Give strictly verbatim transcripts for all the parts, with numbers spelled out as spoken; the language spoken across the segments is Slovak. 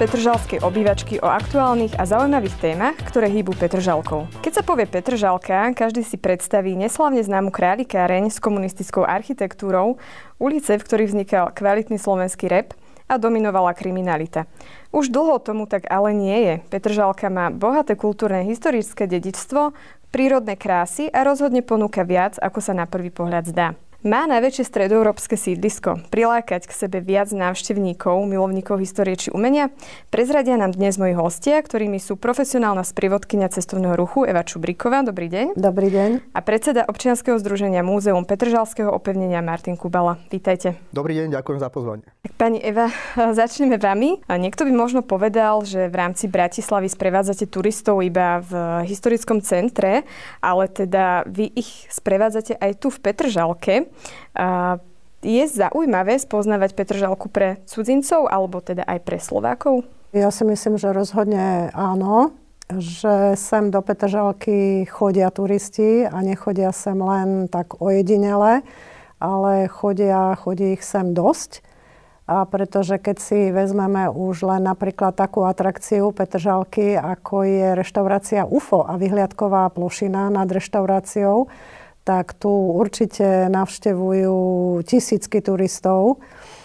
petržalskej obývačky o aktuálnych a zaujímavých témach, ktoré hýbu Petržalkou. Keď sa povie Petržalka, každý si predstaví neslávne známu králikáreň s komunistickou architektúrou, ulice, v ktorých vznikal kvalitný slovenský rap a dominovala kriminalita. Už dlho tomu tak ale nie je. Petržalka má bohaté kultúrne historické dedičstvo, prírodné krásy a rozhodne ponúka viac, ako sa na prvý pohľad zdá. Má najväčšie stredoeurópske sídlisko. Prilákať k sebe viac návštevníkov, milovníkov histórie či umenia prezradia nám dnes moji hostia, ktorými sú profesionálna sprievodkyňa cestovného ruchu Eva Čubríková. Dobrý deň. Dobrý deň. A predseda občianskeho združenia Múzeum Petržalského opevnenia Martin Kubala. Vítajte. Dobrý deň, ďakujem za pozvanie. Pani Eva, začneme vami. Niekto by možno povedal, že v rámci Bratislavy sprevádzate turistov iba v historickom centre, ale teda vy ich sprevádzate aj tu v Petržalke. A je zaujímavé spoznávať Petržalku pre cudzincov alebo teda aj pre Slovákov? Ja si myslím, že rozhodne áno, že sem do Petržalky chodia turisti a nechodia sem len tak ojedinele, ale chodia, chodí ich sem dosť. A pretože keď si vezmeme už len napríklad takú atrakciu Petržalky, ako je reštaurácia ú ef ó a vyhliadková plošina nad reštauráciou, tak tu určite navštevujú tisícky turistov.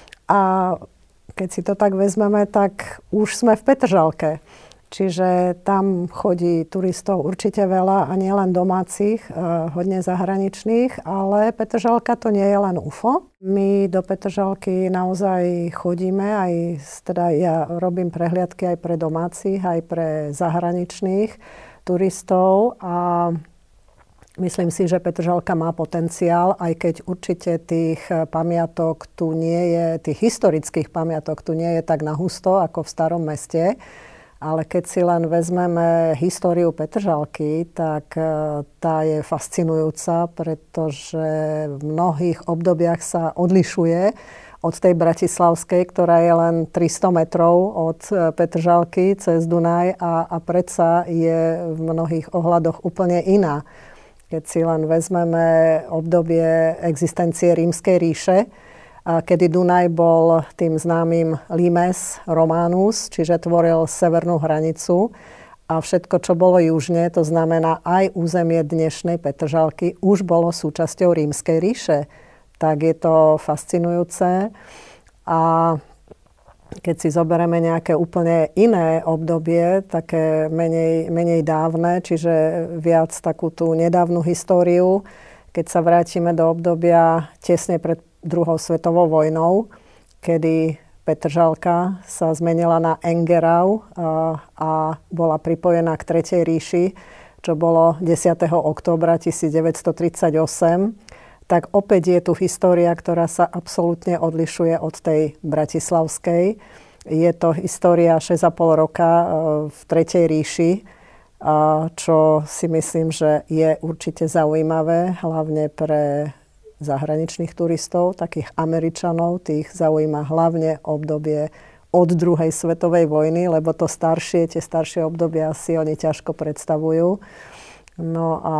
A keď si to tak vezmeme, tak už sme v Petržalke. Čiže tam chodí turistov určite veľa a nielen domácich, eh, hodne zahraničných, ale Petržalka to nie je len ú ef ó. My do Petržalky naozaj chodíme, aj teda ja robím prehliadky aj pre domácich, aj pre zahraničných turistov a myslím si, že Petržalka má potenciál, aj keď určite tých pamiatok tu nie je, tých historických pamiatok tu nie je tak nahusto ako v Starom meste. Ale keď si len vezmeme históriu Petržalky, tak tá je fascinujúca, pretože v mnohých obdobiach sa odlišuje od tej bratislavskej, ktorá je len tristo metrov od Petržalky cez Dunaj a, a predsa je v mnohých ohľadoch úplne iná. Keď si len vezmeme obdobie existencie Rímskej ríše, kedy Dunaj bol tým známym limes Romanus, čiže tvoril severnú hranicu a všetko, čo bolo južne, to znamená aj územie dnešnej Petržalky, už bolo súčasťou Rímskej ríše. Tak je to fascinujúce. A keď si zoberieme nejaké úplne iné obdobie, také menej, menej dávne, čiže viac takú tú nedávnu históriu, keď sa vrátime do obdobia tesne pred druhou svetovou vojnou, kedy Petržalka sa zmenila na Engerau a, a bola pripojená k Tretej ríši, čo bolo desiateho októbra tisícdeväťstotridsaťosem, tak opäť je tu história, ktorá sa absolútne odlišuje od tej bratislavskej. Je to história šesť a pol roka v Tretej ríši, čo si myslím, že je určite zaujímavé, hlavne pre zahraničných turistov, takých Američanov. Tých zaujíma hlavne obdobie od druhej svetovej vojny, lebo to staršie, tie staršie obdobia si oni ťažko predstavujú. No a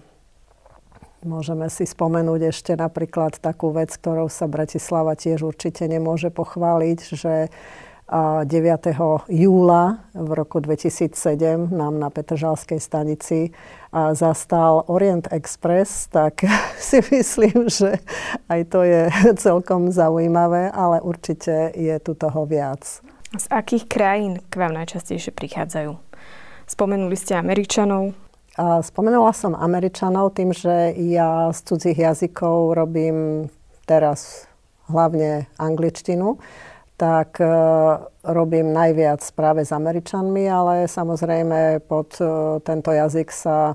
môžeme si spomenúť ešte napríklad takú vec, ktorou sa Bratislava tiež určite nemôže pochváliť, že deviateho júla v roku dvetisícsedem nám na Petržalskej stanici zastal Orient Express, tak si myslím, že aj to je celkom zaujímavé, ale určite je tu toho viac. Z akých krajín k vám najčastejšie prichádzajú? Spomenuli ste Američanov. Spomenula som Američanov tým, že ja z cudzích jazykov robím teraz hlavne angličtinu, tak e, robím najviac práve s Američanmi, ale samozrejme pod e, tento jazyk sa e,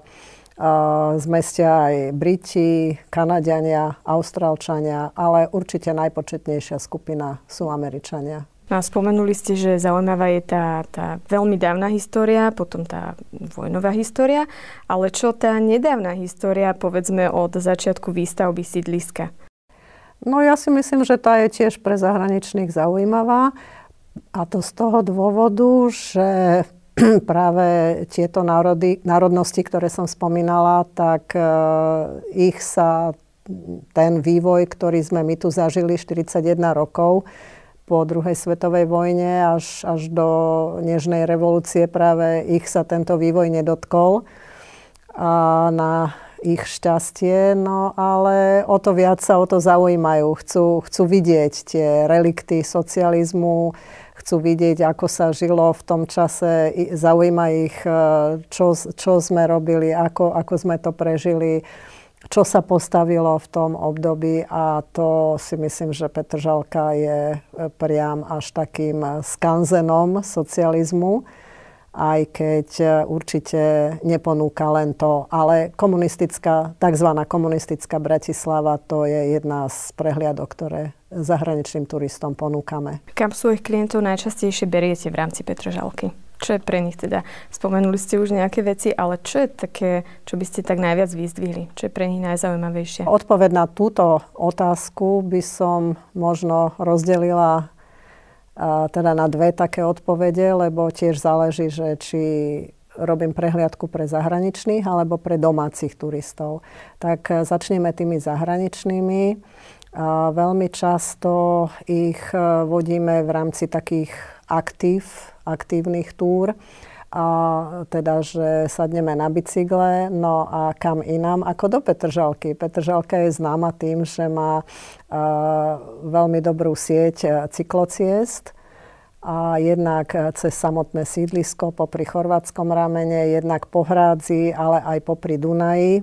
zmestia aj Briti, Kanaďania, Austrálčania, ale určite najpočetnejšia skupina sú Američania. No a spomenuli ste, že zaujímavá je tá, tá veľmi dávna história, potom tá vojnová história, ale čo tá nedávna história, povedzme od začiatku výstavby sídliska? No ja si myslím, že tá je tiež pre zahraničných zaujímavá a to z toho dôvodu, že práve tieto národy, národnosti, ktoré som spomínala, tak uh, ich sa ten vývoj, ktorý sme my tu zažili štyridsaťjeden rokov, po druhej svetovej vojne až, až do nežnej revolúcie práve ich sa tento vývoj nedotkol a na ich šťastie, no ale o to viac sa o to zaujímajú. Chcú, chcú vidieť tie relikty socializmu, chcú vidieť, ako sa žilo v tom čase, zaujíma ich, čo, čo sme robili, ako, ako sme to prežili, čo sa postavilo v tom období a to si myslím, že Petržalka je priam až takým skanzenom socializmu, aj keď určite neponúka len to. Ale komunistická, takzvaná komunistická Bratislava, to je jedna z prehliadok, ktoré zahraničným turistom ponúkame. Kam svojich klientov najčastejšie beriete v rámci Petržalky? Čo je pre nich teda? Spomenuli ste už nejaké veci, ale čo je také, čo by ste tak najviac vyzdvihli? Čo je pre nich najzaujímavejšie? Odpoveď na túto otázku by som možno rozdelila a, teda na dve také odpovede, lebo tiež záleží, že či robím prehliadku pre zahraničných alebo pre domácich turistov. Tak začneme tými zahraničnými. A veľmi často ich vodíme v rámci takých aktív, aktívnych túr. A teda, že sadneme na bicykle, no a kam inám ako do Petržalky. Petržalka je známa tým, že má a, veľmi dobrú sieť cyklociest. A jednak cez samotné sídlisko popri chorvátskom ramene, jednak po Hrádzi, ale aj popri Dunaji.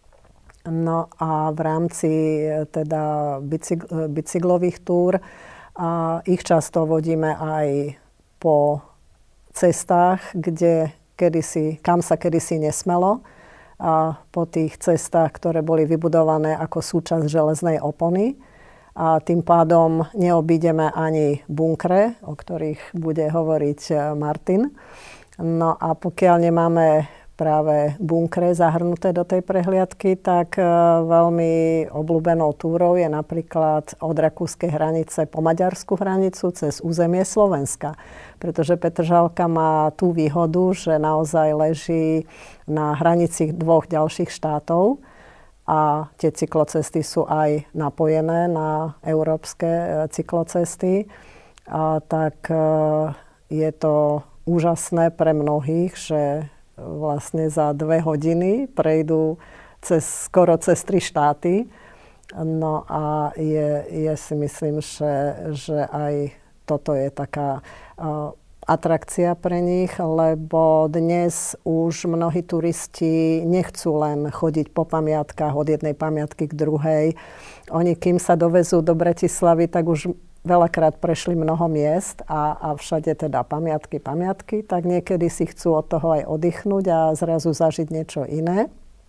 No a v rámci teda bicykl- bicyklových túr a ich často vodíme aj po cestách, kde kedysi, kam sa kedysi nesmelo. A po tých cestách, ktoré boli vybudované ako súčasť železnej opony. A tým pádom neobídeme ani bunkre, o ktorých bude hovoriť Martin. No a pokiaľ nemáme práve bunkre zahrnuté do tej prehliadky, tak veľmi obľúbenou túrou je napríklad od rakúskej hranice po maďarskú hranicu cez územie Slovenska. Pretože Petržalka má tú výhodu, že naozaj leží na hranici dvoch ďalších štátov a tie cyklocesty sú aj napojené na európske cyklocesty. A tak je to úžasné pre mnohých, že vlastne za dve hodiny prejdú cez, skoro cez tri štáty. No a je, je si myslím, že, že aj toto je taká uh, atrakcia pre nich, lebo dnes už mnohí turisti nechcú len chodiť po pamiatkách od jednej pamiatky k druhej. Oni, kým sa dovezú do Bratislavy, tak už veľakrát prešli mnoho miest a, a všade teda pamiatky, pamiatky, tak niekedy si chcú od toho aj oddychnúť a zrazu zažiť niečo iné.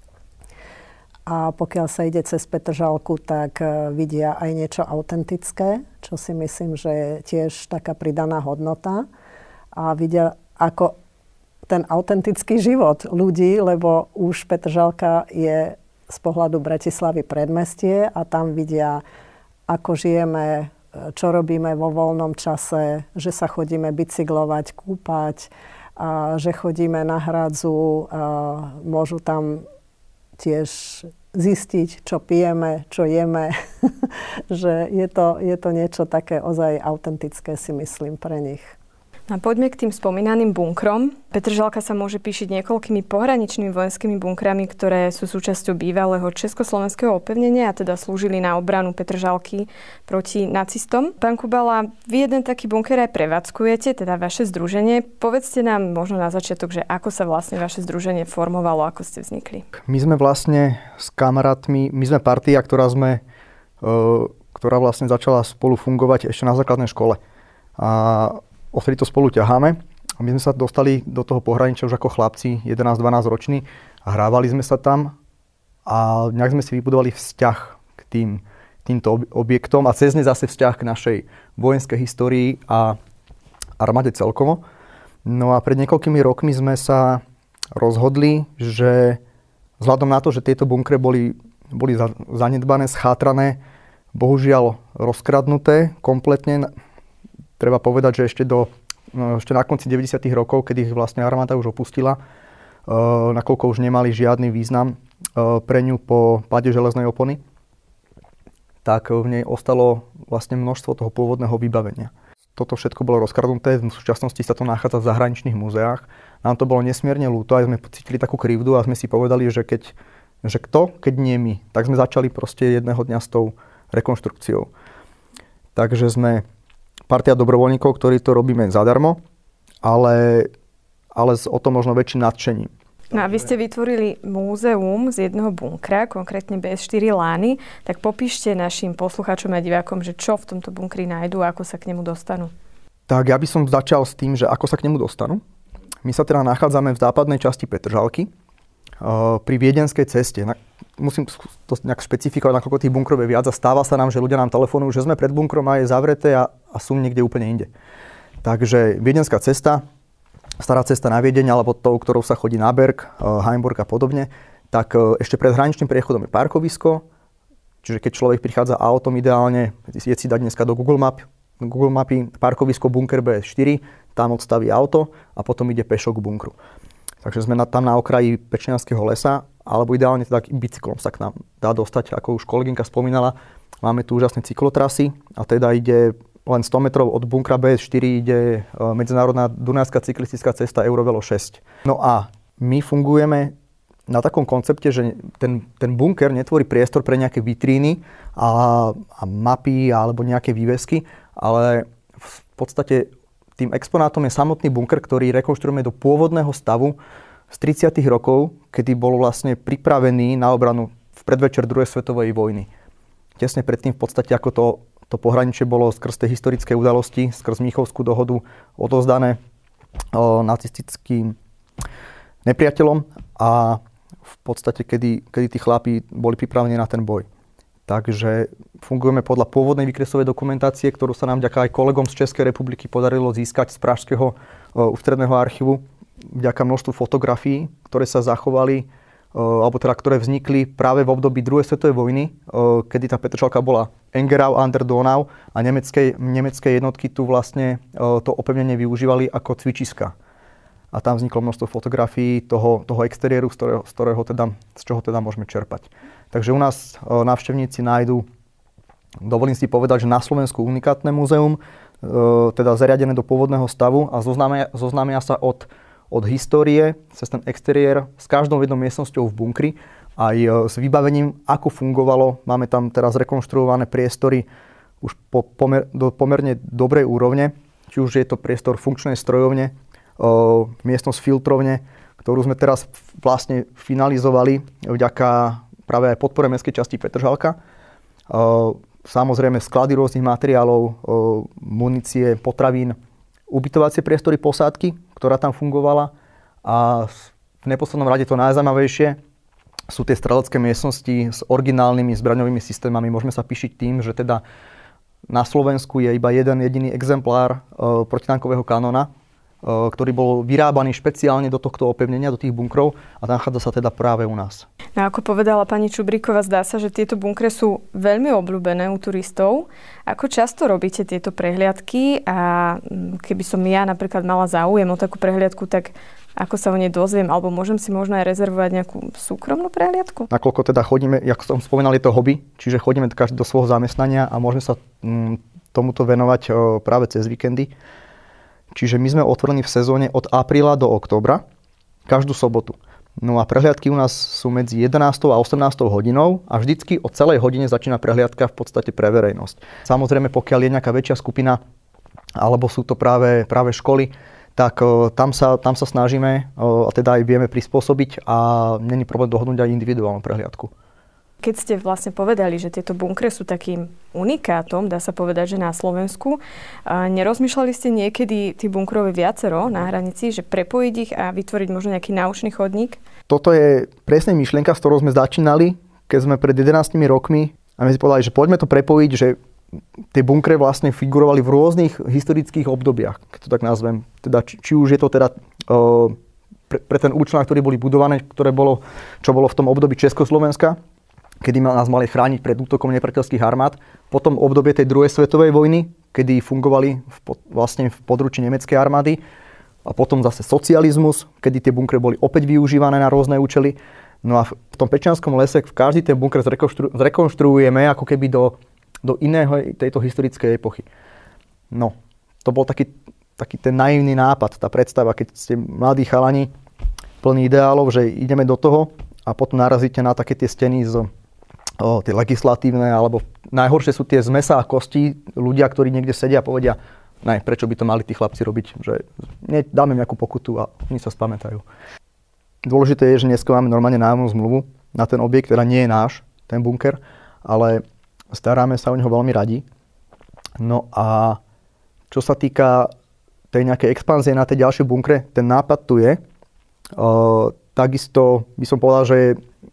A pokiaľ sa ide cez Petržalku, tak vidia aj niečo autentické, čo si myslím, že je tiež taká pridaná hodnota. A vidia ako ten autentický život ľudí, lebo už Petržalka je z pohľadu Bratislavy predmestie a tam vidia, ako žijeme, čo robíme vo voľnom čase, že sa chodíme bicyklovať, kúpať, a že chodíme na Hrádzu, a môžu tam tiež zistiť, čo pijeme, čo jeme. Že je to, je to niečo také ozaj autentické, si myslím, pre nich. A poďme k tým spomínaným bunkrom. Petržalka sa môže píšiť niekoľkými pohraničnými vojenskými bunkrami, ktoré sú súčasťou bývalého československého opevnenia a teda slúžili na obranu Petržalky proti nacistom. Pán Kubala, vy jeden taký bunker aj prevádzkujete, teda vaše združenie. Povedzte nám možno na začiatok, že ako sa vlastne vaše združenie formovalo, ako ste vznikli. My sme vlastne s kamarátmi, my sme partia, ktorá sme, ktorá vlastne začala spolu fungovať ešte na základnej škole. A odtedy to spolu ťaháme a my sme sa dostali do toho pohraničia už ako chlapci, jedenásť dvanásť roční a hrávali sme sa tam a nejak sme si vybudovali vzťah k tým, týmto objektom a cez ne zase vzťah k našej vojenskej histórii a armáde celkovo. No a pred niekoľkými rokmi sme sa rozhodli, že vzhľadom na to, že tieto bunkre boli, boli zanedbané, schátrané, bohužiaľ rozkradnuté kompletne. Treba povedať, že ešte, do, ešte na konci deväťdesiatych rokov, kedy ich vlastne armáda už opustila, uh, nakoľko už nemali žiadny význam uh, pre ňu po páde železnej opony, tak v nej ostalo vlastne množstvo toho pôvodného vybavenia. toto všetko bolo rozkradnuté, v súčasnosti sa to nachádza v zahraničných múzeách. Nám to bolo nesmierne ľúto, aj sme pocítili takú krivdu a sme si povedali, že keď, že kto, keď nie my. Tak sme začali proste jedného dňa s tou rekonštrukciou. Takže sme partia dobrovoľníkov, ktorí to robíme zadarmo, ale, ale s o to možno väčším nadšením. No a vy ste vytvorili múzeum z jedného bunkra, konkrétne bé es štyri Lány, tak popíšte našim poslucháčom a divákom, že čo v tomto bunkri nájdú a ako sa k nemu dostanú. Tak ja by som začal s tým, že ako sa k nemu dostanú. My sa teda nachádzame v západnej časti Petržalky, pri Viedenskej ceste. Musím to nejak špecifikovať, nakoľko tých bunkrov je viac a stáva sa nám, že ľudia nám telefonujú, že sme pred bunkrom a je zavreté a, a sú niekde úplne inde. Takže Viedenská cesta, stará cesta na Viedeň, alebo tou, ktorou sa chodí na Berg, Heimburg a podobne, tak ešte pred hraničným priechodom je parkovisko, čiže keď človek prichádza autom, ideálne je si dať dneska do Google Map, Google Mapy parkovisko bunker bé es štyri, tam odstaví auto a potom ide pešo k bunkru. Takže sme na, tam na okraji Pečnianskeho lesa, alebo ideálne teda bicyklom sa k nám dá dostať, ako už kolegynka spomínala. Máme tu úžasné cyklotrasy a teda ide len sto metrov od bunkra bé es štyri ide medzinárodná Dunajská cyklistická cesta Eurovelo šesť. No a my fungujeme na takom koncepte, že ten, ten bunker netvorí priestor pre nejaké vitríny a, a mapy alebo nejaké vývesky, ale v podstate tým exponátom je samotný bunker, ktorý rekonštruujeme do pôvodného stavu z tridsiatych rokov, kedy bol vlastne pripravený na obranu v predvečer druhej svetovej vojny. Tesne predtým v podstate ako to, to pohraničie bolo skrz tej historické udalosti, skrz Mníchovskú dohodu odovzdané o, nacistickým nepriateľom a v podstate kedy, kedy tí chlapi boli pripravení na ten boj. Takže fungujeme podľa pôvodnej výkresovej dokumentácie, ktorú sa nám vďaka aj kolegom z Českej republiky podarilo získať z Pražského ústredného archívu, vďaka množstvu fotografií, ktoré sa zachovali, alebo teda ktoré vznikli práve v období druhej svetovej vojny, kedy tá Petržalka bola Engerau an der Donau a nemecké, nemecké jednotky tu vlastne to opevnenie využívali ako cvičiska. A tam vzniklo množstvo fotografií toho, toho exteriéru, z ktorého, z ktorého teda, z čoho teda môžeme čerpať. Takže u nás e, návštevníci nájdú, dovolím si povedať, že na Slovensku unikátne múzeum, e, teda zariadené do pôvodného stavu a zoznámia, zoznámia sa od, od histórie, cez ten exteriér, s každou jednou miestnosťou v bunkri, aj e, s vybavením, ako fungovalo. Máme tam teraz rekonštruované priestory už po pomer, do pomerne dobrej úrovne, či už je to priestor funkčnej strojovne, O, miestnosť filtrovne, ktorú sme teraz vlastne finalizovali vďaka práve aj podpore mestskej časti Petržalka. O, samozrejme sklady rôznych materiálov, o, munície, potravín, ubytovacie priestory posádky, ktorá tam fungovala a v neposlednom rade to najzaujímavejšie sú tie strelecké miestnosti s originálnymi zbraňovými systémami. Môžeme sa píšiť tým, že teda na Slovensku je iba jeden jediný exemplár o, protitankového kanóna, ktorý bol vyrábaný špeciálne do tohto opevnenia, do tých bunkrov a nachádza sa teda práve u nás. No ako povedala pani Čubríková, zdá sa, že tieto bunkre sú veľmi obľúbené u turistov. Ako často robíte tieto prehliadky a keby som ja napríklad mala záujem o takú prehliadku, tak ako sa o nej dozviem, alebo môžem si možno aj rezervovať nejakú súkromnú prehliadku? Nakoľko teda chodíme, jak som spomínal, je to hobby, čiže chodíme každý do svojho zamestnania a môžeme sa mm, tomuto venovať o, práve cez víkendy. Čiže my sme otvorení v sezóne od apríla do októbra, každú sobotu. No a prehliadky u nás sú medzi jedenástou a osemnástou hodinou a vždycky o celej hodine začína prehliadka v podstate pre verejnosť. Samozrejme, pokiaľ je nejaká väčšia skupina, alebo sú to práve, práve školy, tak o, tam, sa, tam sa snažíme o, a teda aj vieme prispôsobiť a není problém dohodnúť aj individuálnu prehliadku. Keď ste vlastne povedali, že tieto bunkre sú takým unikátom, dá sa povedať, že na Slovensku, nerozmýšľali ste niekedy tí bunkrové viacero na hranici, že prepojiť ich a vytvoriť možno nejaký náučný chodník? Toto je presne myšlienka, s ktorou sme začínali, keď sme pred jedenástimi rokmi a my si povedali, že poďme to prepojiť, že tie bunkre vlastne figurovali v rôznych historických obdobiach, keď to tak nazvem. Teda, či, či už je to teda uh, pre, pre ten účel, na ktorý boli budované, ktoré bolo, čo bolo v tom období Československa, kedy nás mali chrániť pred útokom nepriateľských armád. Potom obdobie tej druhej svetovej vojny, kedy fungovali v, vlastne v područí nemeckej armády. A potom zase socializmus, kedy tie bunkre boli opäť využívané na rôzne účely. No a v tom Pečianskom lese v každý ten bunker zrekonštru, zrekonštruujeme ako keby do, do iného tejto historickej epochy. No, to bol taký, taký ten naivný nápad, tá predstava, keď ste mladí chalani, plný ideálov, že ideme do toho a potom narazíte na také tie steny z o, tie legislatívne, alebo najhoršie sú tie z mesa a kostí, ľudia, ktorí niekde sedia a povedia, ne, prečo by to mali tí chlapci robiť, že ne, dáme nejakú pokutu a oni sa spamätajú. Dôležité je, že dnes máme normálne nájomnú zmluvu na ten objekt, teda nie je náš, ten bunker, ale staráme sa o neho veľmi radi. No a čo sa týka tej nejakej expanzie na tej ďalšej bunkre, ten nápad tu je. Uh, takisto by som povedal, že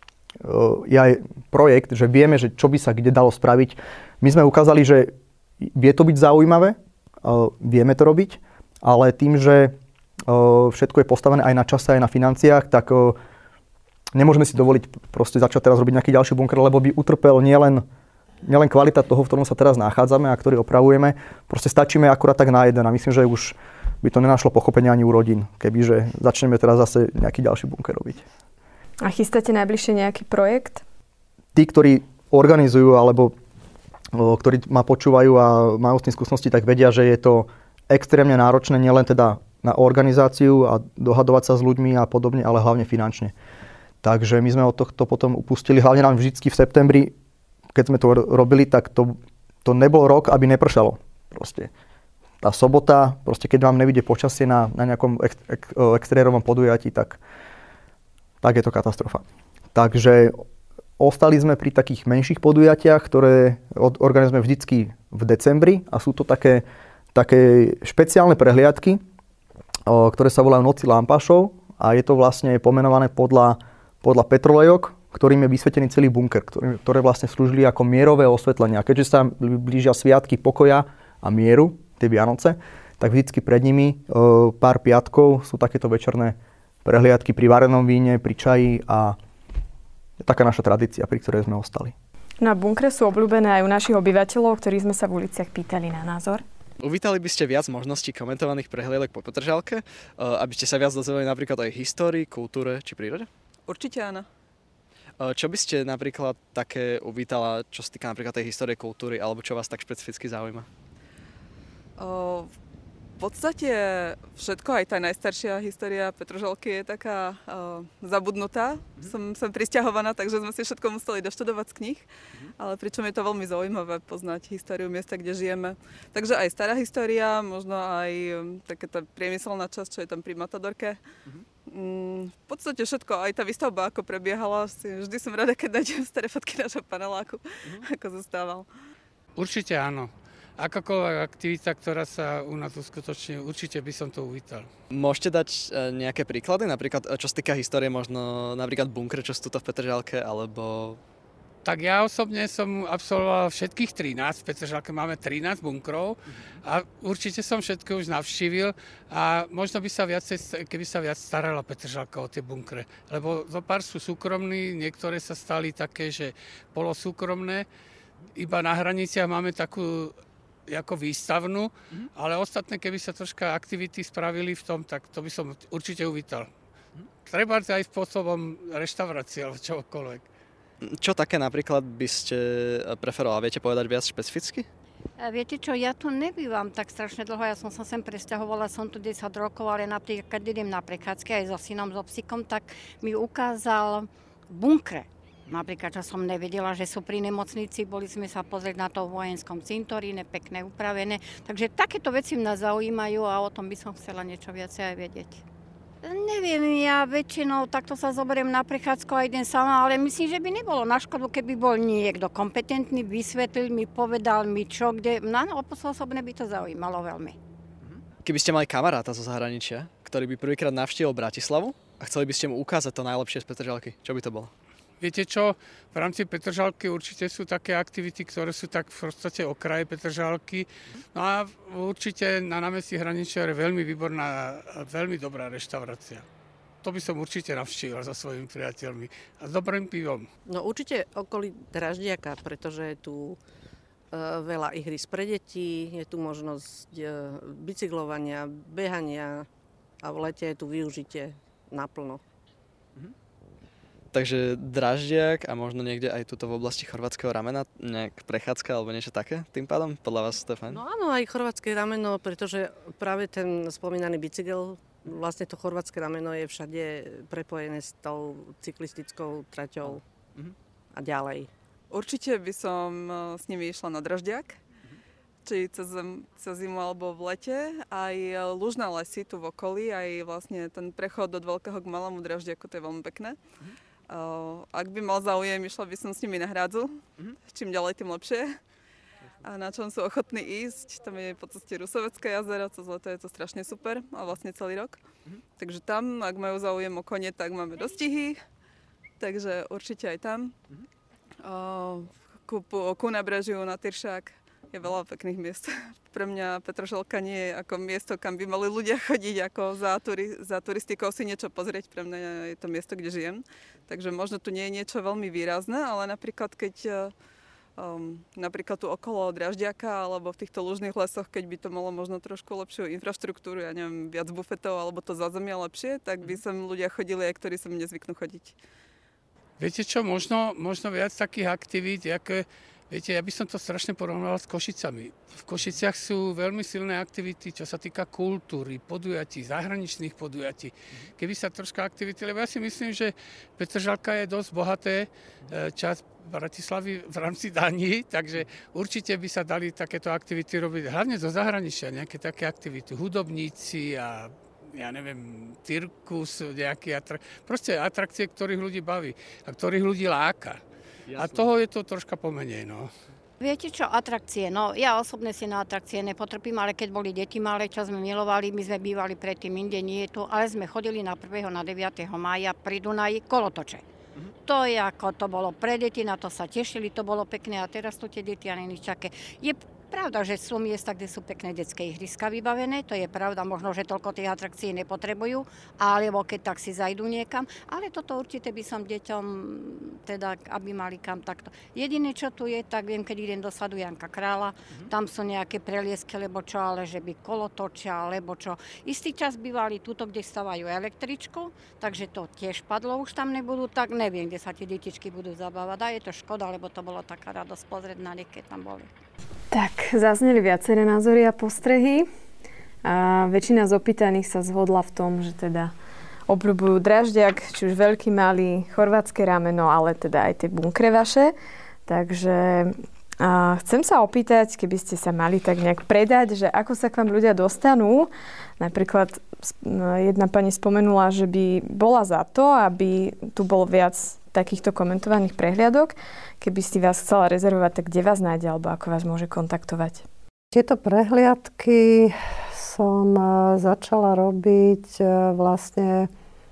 uh, je aj projekt, že vieme, že čo by sa kde dalo spraviť. My sme ukázali, že vie to byť zaujímavé, uh, vieme to robiť, ale tým, že uh, všetko je postavené aj na čase, aj na financiách, tak uh, nemôžeme si dovoliť proste začať teraz robiť nejaký ďalší bunker, lebo by utrpel nielen nielen kvalita toho, v ktorom sa teraz nachádzame a ktorý opravujeme. Proste stačíme akurát tak na jeden a myslím, že už by to nenašlo pochopenie ani u rodín, kebyže začneme teraz zase nejaký ďalší bunker robiť. A chystáte najbližšie nejaký projekt? Tí, ktorí organizujú alebo o, ktorí ma počúvajú a majú s tým skúsenosti, tak vedia, že je to extrémne náročné nielen teda na organizáciu a dohadovať sa s ľuďmi a podobne, ale hlavne finančne. Takže my sme od tohto potom upustili, hlavne nám vždycky v septembri, keď sme to robili, tak to, to nebol rok, aby nepršalo. Proste. Tá sobota, proste keď vám nevidie počasie na, na nejakom ek, ek, exteriérovom podujatí, tak, tak je to katastrofa. Takže ostali sme pri takých menších podujatiach, ktoré organizujeme vždycky v decembri a sú to také, také špeciálne prehliadky, ktoré sa volajú Noci lampášov a je to vlastne pomenované podľa, podľa petrolejok, ktorým je vysvetený celý bunker, ktorý, ktoré vlastne slúžili ako mierové osvetlenia. Keďže sa blížia sviatky pokoja a mieru, tie Vianoce, tak vždycky pred nimi e, pár piatkov sú takéto večerné prehliadky pri varenom víne, pri čaji a je taká naša tradícia, pri ktorej sme ostali. Na bunkre sú obľúbené aj u našich obyvateľov, ktorí sme sa v uliciach pýtali na názor. Uvítali by ste viac možností komentovaných prehliadok po Petržalke, aby ste sa viac dozvedeli napríklad o histórii, kultúre či prírode? Určite áno. Čo by ste napríklad také uvítala, čo sa týka napríklad tej histórie, kultúry, alebo čo vás tak špecificky zaujíma? O, v podstate všetko, aj tá najstaršia história Petržalky je taká o, zabudnutá. Mm. Som sem prisťahovaná, takže sme si všetko museli doštudovať z kníh, mm. ale pričom je to veľmi zaujímavé poznať históriu miesta, kde žijeme. Takže aj stará história, možno aj taká priemyselná časť, čo je tam pri Matadorke. Mm. V podstate všetko, aj tá výstavba, ako prebiehala, vždy som rada, keď nájdem staré fotky nášho paneláku, mm. ako zostával. Určite áno. Akákoľvek aktivita, ktorá sa u nás uskutoční, určite by som to uvítal. Môžete dať nejaké príklady, napríklad čo sa týka histórie, možno napríklad bunkre, čo sú tu v Petržalke, alebo... Tak ja osobne som absolvoval všetkých trinásť, v Petržalke máme trinásť bunkrov a určite som všetko už navštívil a možno by sa viacej, keby sa viac starala Petržalka o tie bunkre. Lebo zo pár sú súkromní, niektoré sa stali také, že polosúkromné. Iba na hraniciach máme takú ako výstavnú, mm-hmm. ale ostatné, keby sa troška aktivity spravili v tom, tak to by som určite uvítal. Mm-hmm. Treba aj spôsobom reštaurácie alebo čokoľvek. Čo také napríklad by ste preferovali? Viete povedať viac špecificky? Viete čo, ja tu nebývam tak strašne dlho, ja som sa sem presťahovala, som tu desať rokov, ale napríklad, keď idem na prechádzky aj so synom, so psíkom, tak mi ukázal bunkre. Napríklad, čo som nevedela, že sú pri nemocnici, boli sme sa pozrieť na to v vojenskom cintoríne, pekne upravené. Takže takéto veci mňa zaujímajú a o tom by som chcela niečo viacej aj vedieť. Neviem, ja väčšinou takto sa zoberiem na prechádzku a idem sama, ale myslím, že by nebolo na škodu, keby bol niekto kompetentný, vysvetlil mi, povedal mi čo, kde. No, osobne by to zaujímalo veľmi. Keby ste mali kamaráta zo zahraničia, ktorý by prvýkrát navštívil Bratislavu a chceli by ste mu ukázať to najlepšie z Petržalky, čo by to bolo? Viete čo, v rámci Petržalky určite sú také aktivity, ktoré sú tak v podstate okraje Petržalky. No a určite na námestí Hraničiar je veľmi výborná, veľmi dobrá reštaurácia. To by som určite navštívil so svojimi priateľmi a s dobrým pivom. No určite okolí Draždiaka, pretože je tu e, veľa ihrísk pre deti, je tu možnosť e, bicyklovania, behania a v lete je tu využitie naplno. Takže Draždiak a možno niekde aj tuto v oblasti chorvátskeho ramena nejak prechádzka alebo niečo také tým pádom? Podľa vás to je fajn? No áno, aj chorvátske rameno, pretože práve ten spomínaný bicykel, vlastne to chorvátske rameno je všade prepojené s tou cyklistickou traťou mhm. a ďalej. Určite by som s nimi išla na Draždiak, či cez, cez zimu alebo v lete. Aj lužné lesy tu v okolí, aj vlastne ten prechod od Veľkého k Malému Draždiaku, to je veľmi pekné. Mhm. Uh, ak by mal záujem, išla by som s nimi na hrádzu. Mm-hmm. Čím ďalej, tým lepšie. A na čom sú ochotní ísť, tam je po ceste Rusovecké jazero, cez leto je to strašne super a vlastne celý rok. Mm-hmm. Takže tam, ak majú záujem o kone, tak máme dostihy. Takže určite aj tam. Mm-hmm. Uh, ku, ku nábrežiu na Tyršák je veľa pekných miest. Pre mňa Petržalka nie je ako miesto, kam by mali ľudia chodiť, ako za, turi- za turistikou si niečo pozrieť. Pre mňa je to miesto, kde žijem. Takže možno tu nie je niečo veľmi výrazné, ale napríklad keď um, napríklad tu okolo Draždiaka alebo v týchto lužných lesoch, keď by to malo možno trošku lepšiu infraštruktúru, ja neviem, viac bufetov alebo to zázemie lepšie, tak by sem ľudia chodili aj, ktorí sem nezvyknú chodiť. Viete čo, možno, možno viac takých aktivít, ako viete, ja by som to strašne porovnal s Košicami. V Košiciach sú veľmi silné aktivity, čo sa týka kultúry, podujatí, zahraničných podujatí. Keby sa troška aktivity, lebo ja si myslím, že Petržalka je dosť bohaté časť Bratislavy v rámci daní, takže určite by sa dali takéto aktivity robiť, hlavne zo zahraničia, nejaké také aktivity, hudobníci a ja neviem, cirkus, nejaké atrak- proste atrakcie, ktorých ľudí baví a ktorých ľudí láka. A toho je to troška pomenej, no. Viete čo, atrakcie, no ja osobne si na atrakcie nepotrpím, ale keď boli deti malé, čo sme milovali, my sme bývali predtým inde, nie je tu, ale sme chodili na prvého na deviateho mája pri Dunaji kolotoče. Mm-hmm. To je ako, to bolo pre deti, na to sa tešili, to bolo pekné a teraz tu tie deti ani nič také. Je pravda, že sú miesta, kde sú pekné detské ihriska vybavené, to je pravda, možno, že toľko tých atrakcií nepotrebujú, alebo keď tak si zajdu niekam, ale toto určite by som deťom, teda, aby mali kam takto. Jediné, čo tu je, tak viem, keď idem do sadu Janka Krála, mm-hmm. tam sú nejaké preliesky, lebo čo, ale že by kolotočia, alebo čo. Istý čas bývali tuto, kde stavajú električku, takže to tiež padlo, už tam nebudú, tak neviem, kde sa tie detičky budú zabávať. A je to škoda, lebo to bolo taká radosť pozrieť na nich, keď tam boli. Tak, zazneli viaceré názory a postrehy a väčšina z opýtaných sa zhodla v tom, že teda obľúbujú Draždiak, či už veľký, malý, chorvátske rameno, ale teda aj tie bunkre vaše. Takže a chcem sa opýtať, keby ste sa mali tak nejak predať, že ako sa k vám ľudia dostanú. Napríklad jedna pani spomenula, že by bola za to, aby tu bolo viac takýchto komentovaných prehliadok. Keby si vás chcela rezervovať, tak kde vás nájde alebo ako vás môže kontaktovať? Tieto prehliadky som začala robiť vlastne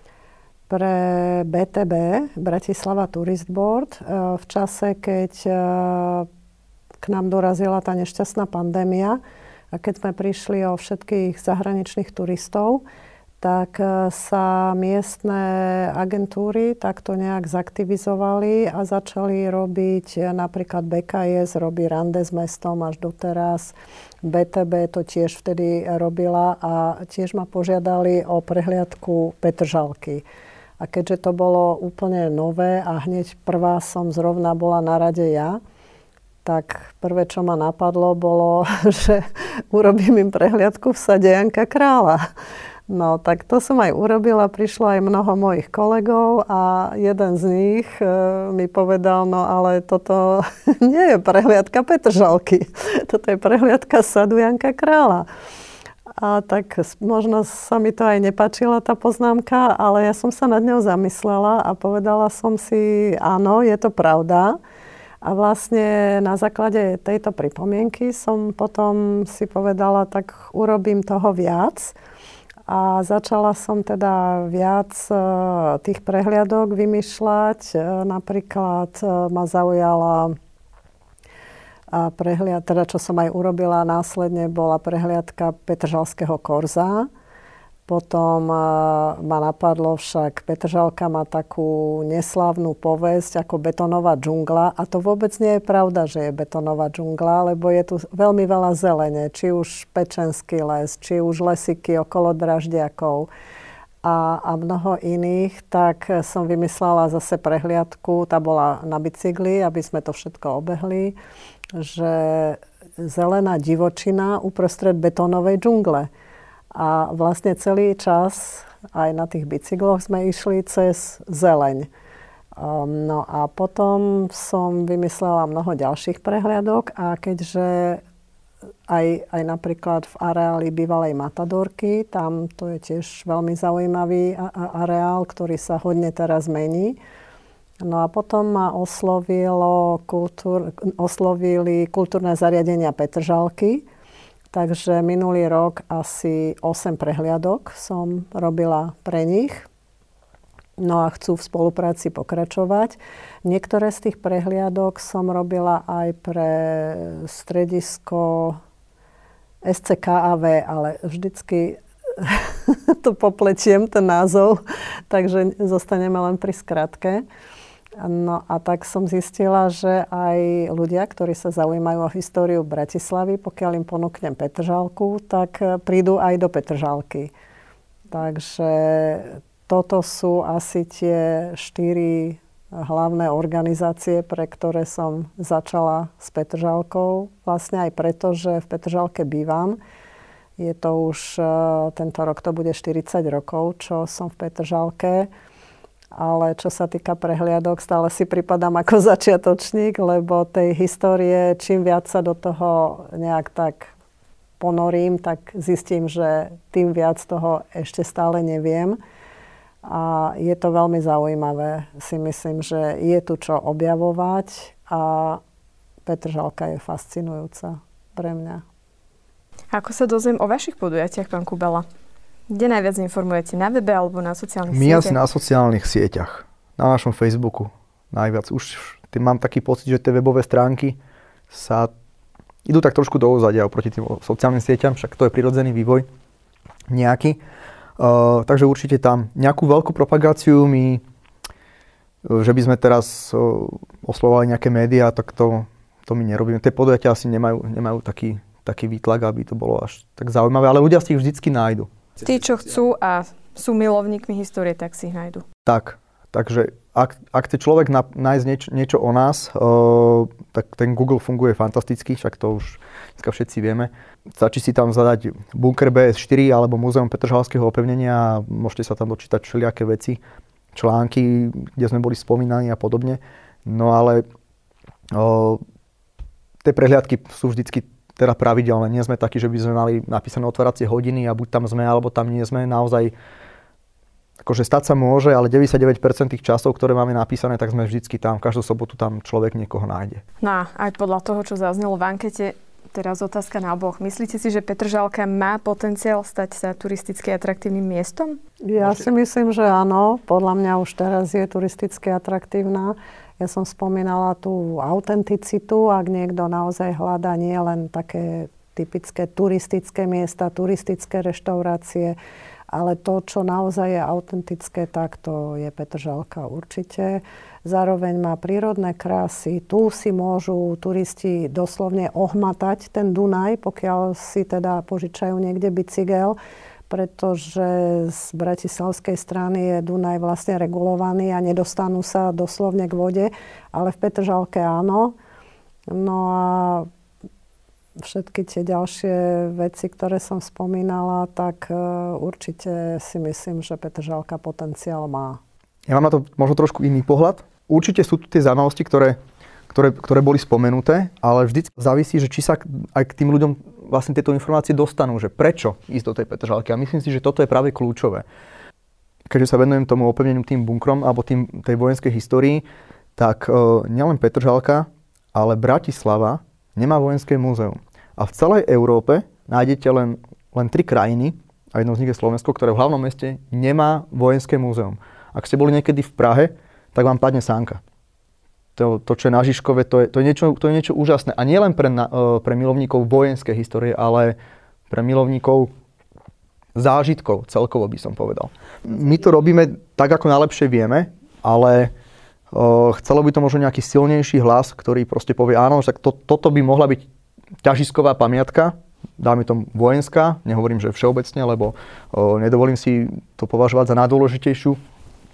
pre bé té bé, Bratislava Tourist Board, v čase, keď k nám dorazila tá nešťastná pandémia a keď sme prišli o všetkých zahraničných turistov, tak sa miestne agentúry takto nejak zaktivizovali a začali robiť, napríklad bé ká es robí rande s mestom až doteraz, bé té bé to tiež vtedy robila a tiež ma požiadali o prehliadku Petržalky. A keďže to bolo úplne nové a hneď prvá som zrovna bola na rade ja, tak prvé, čo ma napadlo, bolo, že urobím im prehliadku v sade Janka Krála. No, tak to som aj urobila, prišlo aj mnoho mojich kolegov a jeden z nich e, mi povedal, no ale toto nie je prehliadka Petržalky, toto je prehliadka sadu Janka Krála. A tak možno sa mi to aj nepáčila tá poznámka, ale ja som sa nad ňou zamyslela a povedala som si, áno, je to pravda. A vlastne na základe tejto pripomienky som potom si povedala, tak urobím toho viac. A začala som teda viac tých prehliadok vymýšľať. Napríklad ma zaujala prehliad, teda čo som aj urobila následne, bola prehliadka Petržalského korza. Potom ma napadlo však, Petržalka má takú neslávnu povesť ako betonová džungla. A to vôbec nie je pravda, že je betonová džungla, lebo je tu veľmi veľa zelene. Či už Pečenský les, či už lesiky okolo Draždiakov. A a, a mnoho iných, tak som vymyslela zase prehliadku, tá bola na bicykli, aby sme to všetko obehli, že zelená divočina uprostred betónovej džungle. A vlastne celý čas aj na tých bicykloch sme išli cez zeleň. Um, no a potom som vymyslela mnoho ďalších prehliadok a keďže Aj, aj napríklad v areáli bývalej Matadorky. Tam to je tiež veľmi zaujímavý a, a areál, ktorý sa hodne teraz mení. No a potom ma oslovilo kultúr, oslovili kultúrne zariadenia Petržalky. Takže minulý rok asi osem prehliadok som robila pre nich. No a chcú v spolupráci pokračovať. Niektoré z tých prehliadok som robila aj pre stredisko es cé ká á vé, ale vždycky to popletiem, ten názov, takže zostaneme len pri skratke. No a tak som zistila, že aj ľudia, ktorí sa zaujímajú o históriu Bratislavy, pokiaľ im ponúknem Petržalku, tak prídu aj do Petržalky. Takže toto sú asi tie štyri hlavné organizácie, pre ktoré som začala s Petržalkou. Vlastne aj preto, že v Petržalke bývam. Je to už, tento rok to bude štyridsať rokov, čo som v Petržalke. Ale čo sa týka prehliadok, stále si pripadám ako začiatočník, lebo tej histórie, čím viac sa do toho nejak tak ponorím, tak zistím, že tým viac toho ešte stále neviem. A je to veľmi zaujímavé. Si myslím, že je tu čo objavovať a Petržalka je fascinujúca pre mňa. Ako sa dozviem o vašich podujatiach, pán Kubala? Kde najviac informujete? Na webe alebo na sociálnych My sieťach? My asi na sociálnych sieťach. Na našom Facebooku. Najviac. Už tým mám taký pocit, že tie webové stránky sa idú tak trošku do úzadia oproti tým sociálnym sieťam, však to je prirodzený vývoj nejaký. Uh, takže určite tam nejakú veľkú propagáciu my, že by sme teraz uh, oslovovali nejaké médiá, tak to, to my nerobíme. Tie podujatia asi nemajú, nemajú taký, taký výtlak, aby to bolo až tak zaujímavé, ale ľudia si ich vždycky nájdu. Tí, čo chcú a sú milovníkmi histórie, tak si ich nájdu. Tak, takže ak, ak chce človek na, nájsť nieč, niečo o nás, uh, tak ten Google funguje fantasticky, však to už dneska všetci vieme. Stačí si tam zadať Bunker bé es štyri alebo Múzeum Petržalského opevnenia a môžete sa tam dočítať všelijaké veci, články, kde sme boli spomínaní a podobne. No ale o, tie prehliadky sú vždycky teda pravidelné. Nie sme takí, že by sme mali napísané otváracie hodiny a buď tam sme, alebo tam nie sme. Naozaj, akože stať sa môže, ale deväťdesiatdeväť percent tých časov, ktoré máme napísané, tak sme vždycky tam. Každú sobotu tam človek niekoho nájde. No aj podľa toho, čo zaznelo v ankete, teraz otázka na oboch. Myslíte si, že Petržalka má potenciál stať sa turisticky atraktívnym miestom? Ja si myslím, že áno. Podľa mňa už teraz je turisticky atraktívna. Ja som spomínala tú autenticitu, ak niekto naozaj hľadá nie len také typické turistické miesta, turistické reštaurácie, ale to, čo naozaj je autentické, tak to je Petržalka určite. Zároveň má prírodné krásy. Tu si môžu turisti doslovne ohmatať ten Dunaj, pokiaľ si teda požičajú niekde bicykel, pretože z bratislavskej strany je Dunaj vlastne regulovaný a nedostanú sa doslovne k vode, ale v Petržalke áno. No a všetky tie ďalšie veci, ktoré som spomínala, tak uh, určite si myslím, že Petržalka potenciál má. Ja mám na to možno trošku iný pohľad. Určite sú tu tie zaujímavosti, ktoré, ktoré, ktoré boli spomenuté, ale vždy závisí, že či sa aj k tým ľuďom vlastne tieto informácie dostanú, že prečo ísť do tej Petržalky. A myslím si, že toto je práve kľúčové. Keďže sa venujem tomu opevneniu tým bunkrom alebo tým, tej vojenskej histórii, tak uh, nielen Petržalka, ale Bratislava nemá vojenské múzeum. A v celej Európe nájdete len, len tri krajiny, a jednou z nich je Slovensko, ktoré v hlavnom meste nemá vojenské múzeum. Ak ste boli niekedy v Prahe, tak vám padne sánka. To, to čo je na Žižkove, to je, to je, niečo, to je niečo úžasné. A nie len pre, pre milovníkov vojenskej histórie, ale pre milovníkov zážitkov, celkovo by som povedal. My to robíme tak, ako najlepšie vieme, ale o, chcelo by to možno nejaký silnejší hlas, ktorý proste povie, áno, že to, toto by mohla byť ťažisková pamiatka dáme tomu vojenská, nehovorím, že všeobecne, lebo o, nedovolím si to považovať za najdôležitejšiu o,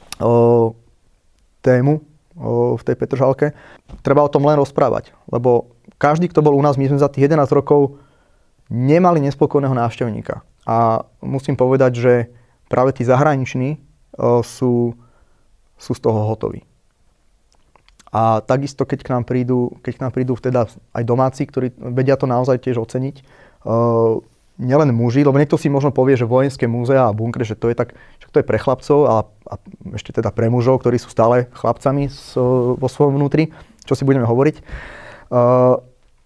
tému o, v tej Petržalke. Treba o tom len rozprávať, lebo každý, kto bol u nás, my sme za tých jedenásť rokov nemali nespokojného návštevníka. A musím povedať, že práve tí zahraniční o, sú, sú z toho hotoví. A takisto, keď k nám prídu, keď k nám prídu teda aj domáci, ktorí vedia to naozaj tiež oceniť, Uh, nielen muži, lebo niekto si možno povie, že vojenské múzea a bunkre, že to je tak, že to je pre chlapcov a, a ešte teda pre mužov, ktorí sú stále chlapcami so, vo svojom vnútri, čo si budeme hovoriť. Uh,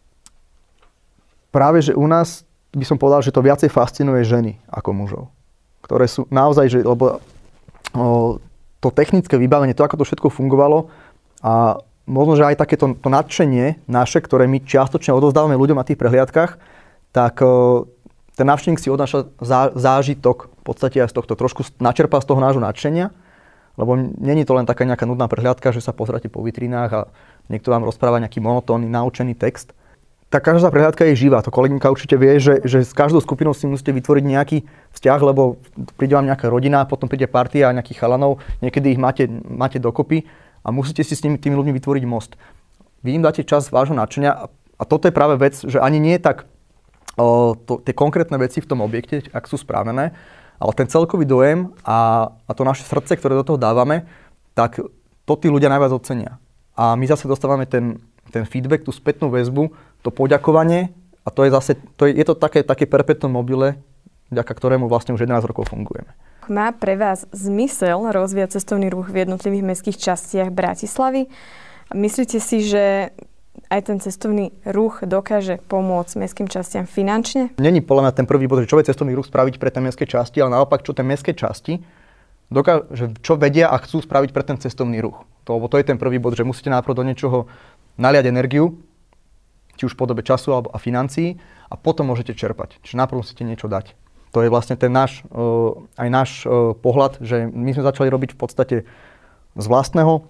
práve, že u nás by som povedal, že to viacej fascinuje ženy ako mužov, ktoré sú naozaj, že, lebo uh, to technické vybavenie, to, ako to všetko fungovalo a možno, že aj takéto to nadšenie naše, ktoré my čiastočne odovzdávame ľuďom na tých prehliadkach, tak ten návštevník si odnáša zážitok v podstate aj z tohto, trošku načerpá z toho nášho nadšenia, lebo není to len taká nejaká nudná prehliadka, že sa pozráte po vitrinách a niekto vám rozpráva nejaký monotónny, naučený text. Tá každá prehliadka je živá, to kolegynka určite vie, že, že s každou skupinou si musíte vytvoriť nejaký vzťah, lebo príde vám nejaká rodina, potom príde partia nejakých chalanov, niekedy ich máte, máte dokopy a musíte si s nimi, tými ľuďmi vytvoriť most. Vy im dáte čas vášho nadšenia a toto je práve vec, že ani nie je tak O, to, tie konkrétne veci v tom objekte, ak sú správnené, ale ten celkový dojem a, a to naše srdce, ktoré do toho dávame, tak to tí ľudia najviac ocenia. A my zase dostávame ten, ten feedback, tú spätnú väzbu, to poďakovanie a to je zase, to je, je to také, také perpetuum mobile, vďaka ktorému vlastne už jedenásť rokov fungujeme. Má pre vás zmysel rozvíjať cestovný ruch v jednotlivých mestských častiach Bratislavy? Myslíte si, že aj ten cestovný ruch dokáže pomôcť mestským častiam finančne? Není podľa mňa ten prvý bod, že čo vie cestovný ruch spraviť pre tie mestské časti, ale naopak, čo tie mestské časti dokáže, čo vedia a chcú spraviť pre ten cestovný ruch. To, lebo to je ten prvý bod, že musíte najprv do niečoho naliať energiu, či už v podobe času alebo a financií, a potom môžete čerpať. Čiže najprv musíte niečo dať. To je vlastne ten náš, aj náš pohľad, že my sme začali robiť v podstate z vlastného.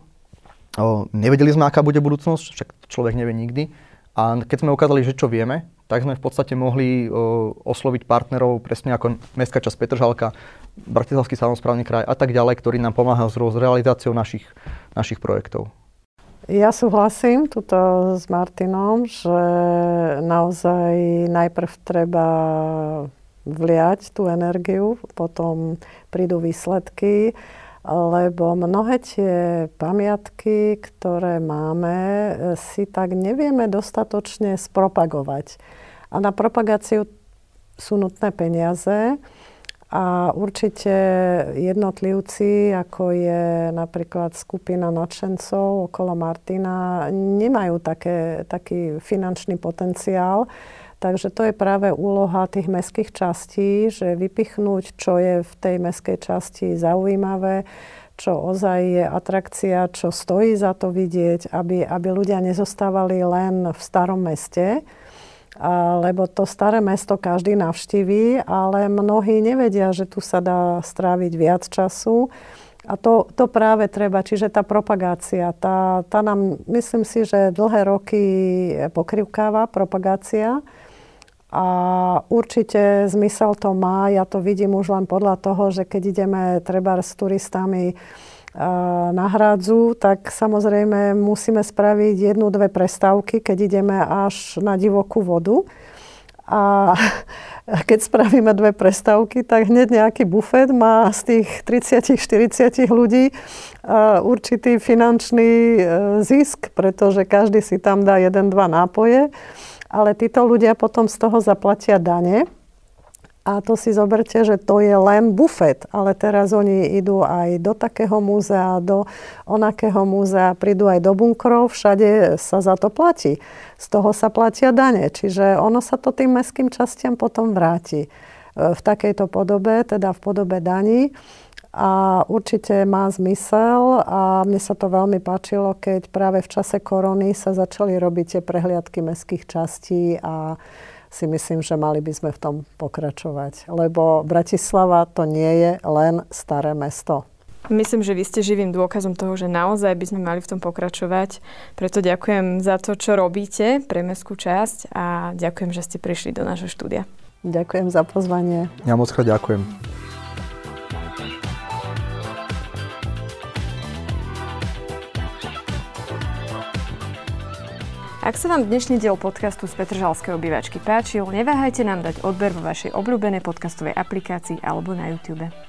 O, nevedeli sme, aká bude budúcnosť, však človek nevie nikdy. A keď sme ukázali, že čo vieme, tak sme v podstate mohli o, osloviť partnerov, presne ako mestská časť Petržalka, Bratislavský samosprávny kraj a tak ďalej, ktorí nám pomáhajú s realizáciou našich, našich projektov. Ja súhlasím tuto s Martinom, že naozaj najprv treba vliať tú energiu, potom prídu výsledky. Lebo mnohé tie pamiatky, ktoré máme, si tak nevieme dostatočne spropagovať. A na propagáciu sú nutné peniaze a určite jednotlivci, ako je napríklad skupina nadšencov okolo Martina, nemajú také, taký finančný potenciál. Takže to je práve úloha tých mestských častí, že vypichnúť, čo je v tej mestskej časti zaujímavé, čo ozaj je atrakcia, čo stojí za to vidieť, aby, aby ľudia nezostávali len v starom meste, a, lebo to staré mesto každý navštíví, ale mnohí nevedia, že tu sa dá stráviť viac času. A to, to práve treba, čiže tá propagácia, tá, tá nám, myslím si, že dlhé roky pokrivkáva propagácia. A určite zmysel to má, ja to vidím už len podľa toho, že keď ideme treba s turistami na Hrádzu, tak samozrejme musíme spraviť jednu, dve prestávky, keď ideme až na divokú vodu. A keď spravíme dve prestávky, tak hneď nejaký bufet má z tých tridsať štyridsať ľudí určitý finančný zisk, pretože každý si tam dá jeden, dva nápoje. Ale títo ľudia potom z toho zaplatia dane. A to si zoberte, že to je len bufet. Ale teraz oni idú aj do takého múzea, do onakého múzea, prídu aj do bunkrov, všade sa za to platí. Z toho sa platia dane. Čiže ono sa to tým mestským častiam potom vráti. V takejto podobe, teda v podobe daní. A určite má zmysel a mne sa to veľmi páčilo, keď práve v čase korony sa začali robiť tie prehliadky mestských častí a si myslím, že mali by sme v tom pokračovať. Lebo Bratislava to nie je len staré mesto. Myslím, že vy ste živým dôkazom toho, že naozaj by sme mali v tom pokračovať. Preto ďakujem za to, čo robíte pre mestskú časť a ďakujem, že ste prišli do nášho štúdia. Ďakujem za pozvanie. Ja moc krát ďakujem. Ak sa vám dnešný diel podcastu z Petržalskej obývačky páčil, neváhajte nám dať odber vo vašej obľúbenej podcastovej aplikácii alebo na YouTube.